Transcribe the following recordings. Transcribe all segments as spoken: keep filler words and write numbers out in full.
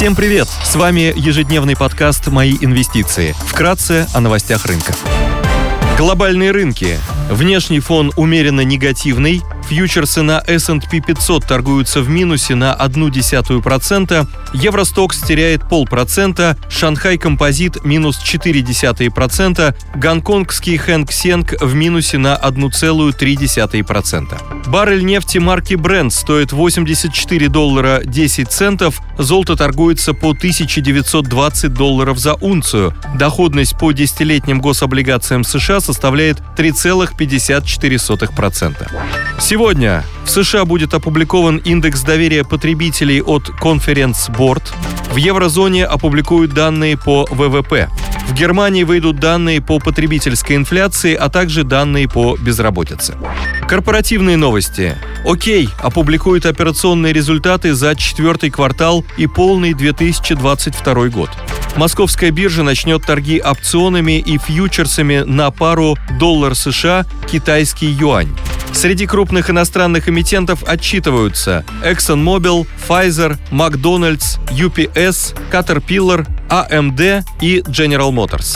Всем привет! С вами ежедневный подкаст «Мои инвестиции». Вкратце о новостях рынка. Глобальные рынки. Внешний фон умеренно негативный. Фьючерсы на эс энд пи пятьсот торгуются в минусе на ноль целых одна десятая процента. Евростокс теряет полпроцента. Шанхай Композит минус четыре десятых процента. Гонконгский Хэнк Сенг в минусе на одна целая три десятых процента. Баррель нефти марки Brent стоит восемьдесят четыре доллара десять центов. Золото торгуется по тысяча девятьсот двадцать долларов за унцию. Доходность по десятилетним гособлигациям США составляет три целых пятьдесят четыре сотых процента. Сегодня в США будет опубликован индекс доверия потребителей от Conference Board. В еврозоне опубликуют данные по вэ вэ пэ. В Германии выйдут данные по потребительской инфляции, а также данные по безработице. Корпоративные новости. Окей опубликует операционные результаты за четвертый квартал и полный две тысячи двадцать второй год. Московская биржа начнет торги опционами и фьючерсами на пару доллар США, китайский юань. Среди крупных иностранных эмитентов отчитываются ExxonMobil, Pfizer, McDonald's, ю пи эс, Caterpillar, а эм дэ и General Motors.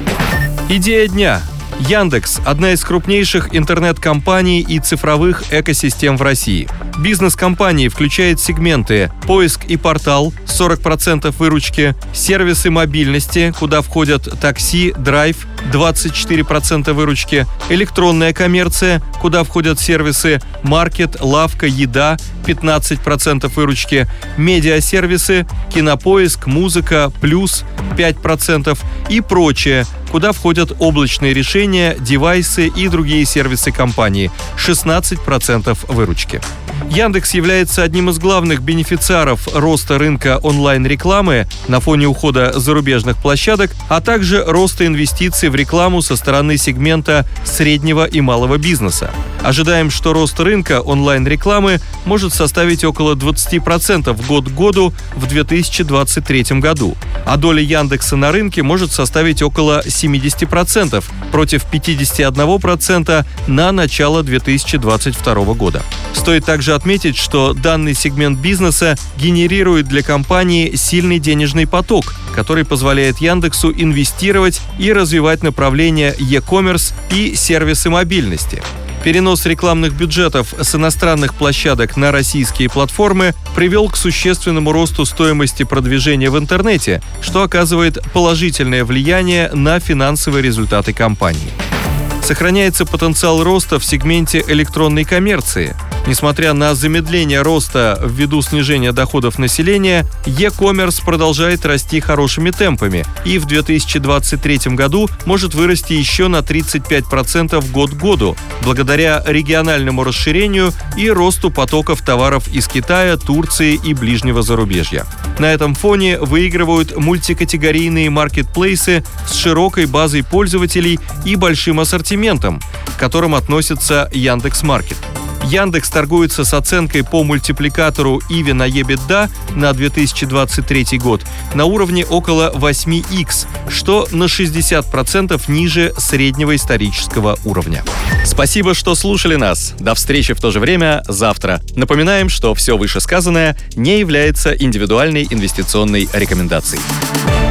Идея дня. Яндекс – одна из крупнейших интернет-компаний и цифровых экосистем в России. Бизнес компании включает сегменты «Поиск и портал» – сорок процентов выручки, сервисы мобильности, куда входят такси, драйв – двадцать четыре процента выручки, электронная коммерция, куда входят сервисы маркет, лавка, еда – пятнадцать процентов выручки, медиасервисы, кинопоиск, музыка, плюс – пять процентов и прочее, куда входят облачные решения, девайсы и другие сервисы компании – шестнадцать процентов выручки. Яндекс является одним из главных бенефициаров роста рынка онлайн-рекламы на фоне ухода зарубежных площадок, а также роста инвестиций в рекламу со стороны сегмента среднего и малого бизнеса. Ожидаем, что рост рынка онлайн-рекламы может составить около двадцать процентов год к году в две тысячи двадцать третьем году, а доля Яндекса на рынке может составить около семьдесят процентов против пятьдесят один процент на начало две тысячи двадцать второго года. Стоит также отметить, что данный сегмент бизнеса генерирует для компании сильный денежный поток, который позволяет Яндексу инвестировать и развивать направления e-commerce и сервисы мобильности. Перенос рекламных бюджетов с иностранных площадок на российские платформы привел к существенному росту стоимости продвижения в интернете, что оказывает положительное влияние на финансовые результаты компании. Сохраняется потенциал роста в сегменте электронной коммерции. Несмотря на замедление роста ввиду снижения доходов населения, e-commerce продолжает расти хорошими темпами и в две тысячи двадцать третьем году может вырасти еще на тридцать пять процентов год к году, благодаря региональному расширению и росту потоков товаров из Китая, Турции и ближнего зарубежья. На этом фоне выигрывают мультикатегорийные маркетплейсы с широкой базой пользователей и большим ассортиментом, к которым относится Яндекс.Маркет. Яндекс торгуется с оценкой по мультипликатору и ви на EBITDA на две тысячи двадцать третий год на уровне около восемь икс, что на шестьдесят процентов ниже среднего исторического уровня. Спасибо, что слушали нас. До встречи в то же время завтра. Напоминаем, что все вышесказанное не является индивидуальной инвестиционной рекомендацией.